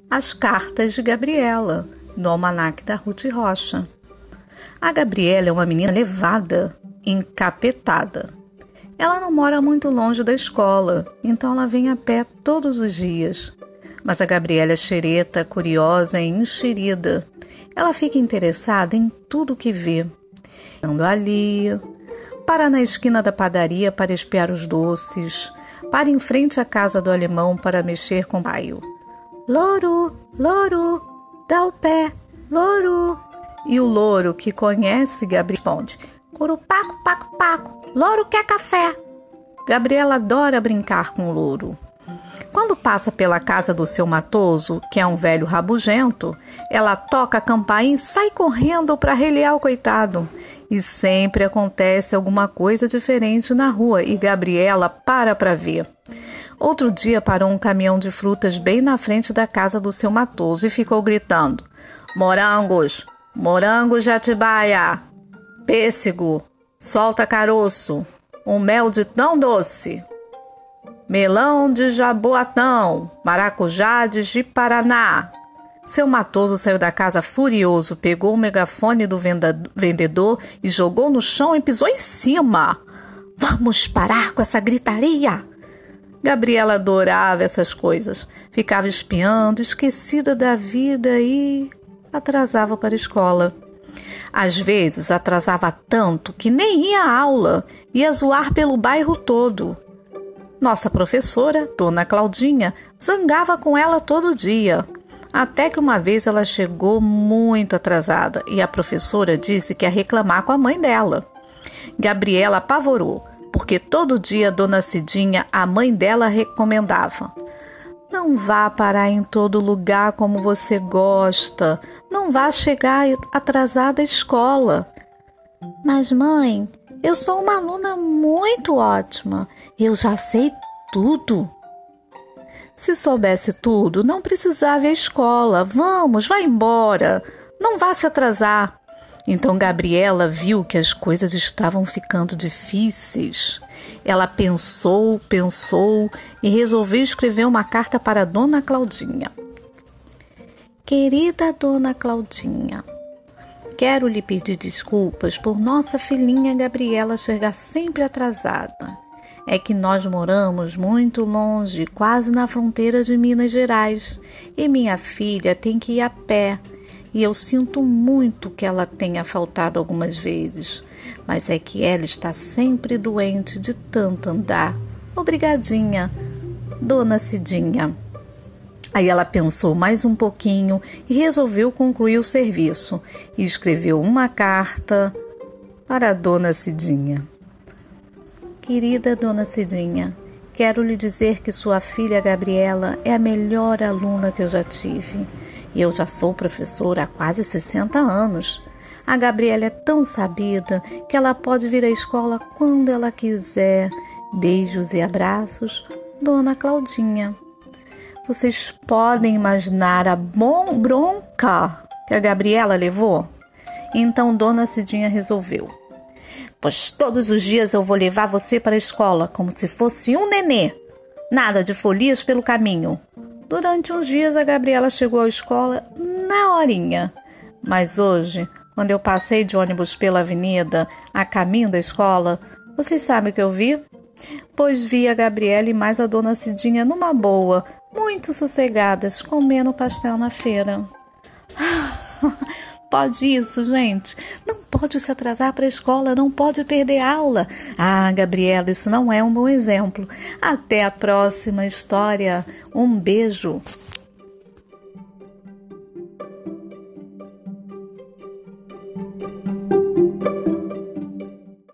As Cartas de Gabriela, no Almanaque da Ruth Rocha. A Gabriela é uma menina levada, encapetada. Ela não mora muito longe da escola, então ela vem a pé todos os dias. Mas a Gabriela é xereta, curiosa e enxerida. Ela fica interessada em tudo que vê. Anda ali, para na esquina da padaria para espiar os doces, para em frente à casa do alemão para mexer com o paio. Louro, louro, dá o pé, louro. E o louro, que conhece Gabriela, responde: Curupaco, paco, paco, louro quer café. Gabriela adora brincar com o louro. Quando passa pela casa do seu matoso, que é um velho rabugento, ela toca a campainha e sai correndo para reliar o coitado. E sempre acontece alguma coisa diferente na rua e Gabriela para ver. Outro dia parou um caminhão de frutas bem na frente da casa do seu matoso e ficou gritando: Morangos, morangos de Atibaia, pêssego, solta caroço, um mel de tão doce. Melão de Jaboatão, maracujá de Ji-Paraná. Seu matoso saiu da casa furioso, pegou o megafone do vendedor e jogou no chão e pisou em cima. Vamos parar com essa gritaria! Gabriela adorava essas coisas. Ficava espiando, esquecida da vida e atrasava para a escola. Às vezes atrasava tanto que nem ia à aula, ia zoar pelo bairro todo. Nossa professora, Dona Claudinha, zangava com ela todo dia. Até que uma vez ela chegou muito atrasada e a professora disse que ia reclamar com a mãe dela. Gabriela apavorou, porque todo dia Dona Cidinha, a mãe dela, recomendava: não vá parar em todo lugar como você gosta, não vá chegar atrasada à escola. Mas mãe, eu sou uma aluna muito ótima, eu já sei tudo. Se soubesse tudo, não precisava ir à escola. Vamos, vá embora, não vá se atrasar. Então Gabriela viu que as coisas estavam ficando difíceis. Ela pensou e resolveu escrever uma carta para Dona Claudinha. Querida Dona Claudinha, quero lhe pedir desculpas por nossa filhinha Gabriela chegar sempre atrasada. É que nós moramos muito longe, quase na fronteira de Minas Gerais, e minha filha tem que ir a pé. E eu sinto muito que ela tenha faltado algumas vezes, mas é que ela está sempre doente de tanto andar. Obrigadinha, Dona Cidinha. Aí ela pensou mais um pouquinho e resolveu concluir o serviço e escreveu uma carta para a Dona Cidinha. Querida Dona Cidinha, quero lhe dizer que sua filha Gabriela é a melhor aluna que eu já tive. Eu já sou professora há quase 60 anos. A Gabriela é tão sabida que ela pode vir à escola quando ela quiser. Beijos e abraços, Dona Claudinha. Vocês podem imaginar a bronca que a Gabriela levou? Então Dona Cidinha resolveu: pois todos os dias eu vou levar você para a escola como se fosse um nenê. Nada de folias pelo caminho. Durante uns dias a Gabriela chegou à escola na horinha. Mas hoje, quando eu passei de ônibus pela avenida, a caminho da escola, vocês sabem o que eu vi? Pois vi a Gabriela e mais a Dona Cidinha numa boa, muito sossegadas, comendo pastel na feira. Pode isso, gente? Não pode se atrasar para a escola, não pode perder aula. Ah, Gabriela, isso não é um bom exemplo. Até a próxima história. Um beijo.